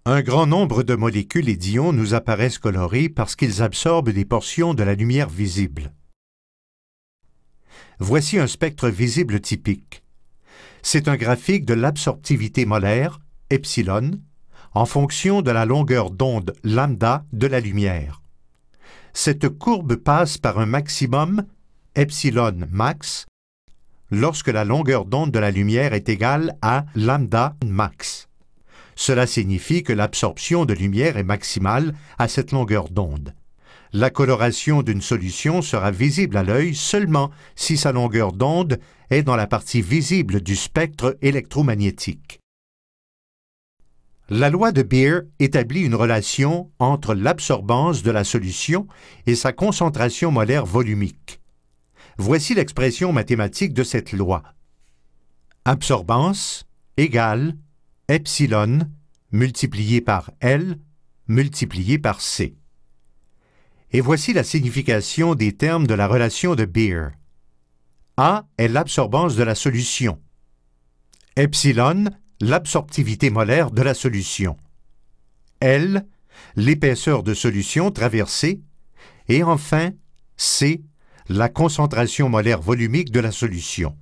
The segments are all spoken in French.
Un grand nombre de molécules et d'ions nous apparaissent colorés parce qu'ils absorbent des portions de la lumière visible. Voici un spectre visible typique. C'est un graphique de l'absorptivité molaire, epsilon, en fonction de la longueur d'onde lambda de la lumière. Cette courbe passe par un maximum, epsilon max, lorsque la longueur d'onde de la lumière est égale à lambda max. Cela signifie que l'absorption de lumière est maximale à cette longueur d'onde. La coloration d'une solution sera visible à l'œil seulement si sa longueur d'onde est dans la partie visible du spectre électromagnétique. La loi de Beer établit une relation entre l'absorbance de la solution et sa concentration molaire volumique. Voici l'expression mathématique de cette loi. Absorbance égale epsilon multiplié par L multiplié par C. Et voici la signification des termes de la relation de Beer. A est l'absorbance de la solution. Epsilon, l'absorptivité molaire de la solution. L, l'épaisseur de solution traversée. Et enfin, C, la concentration molaire volumique de la solution.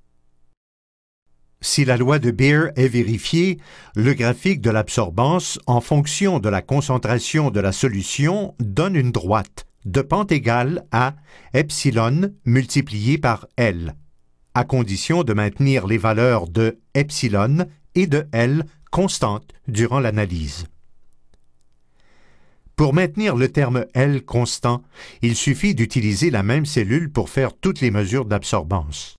Si la loi de Beer est vérifiée, le graphique de l'absorbance en fonction de la concentration de la solution donne une droite de pente égale à epsilon multiplié par L, à condition de maintenir les valeurs de epsilon et de L constantes durant l'analyse. Pour maintenir le terme L constant, il suffit d'utiliser la même cellule pour faire toutes les mesures d'absorbance.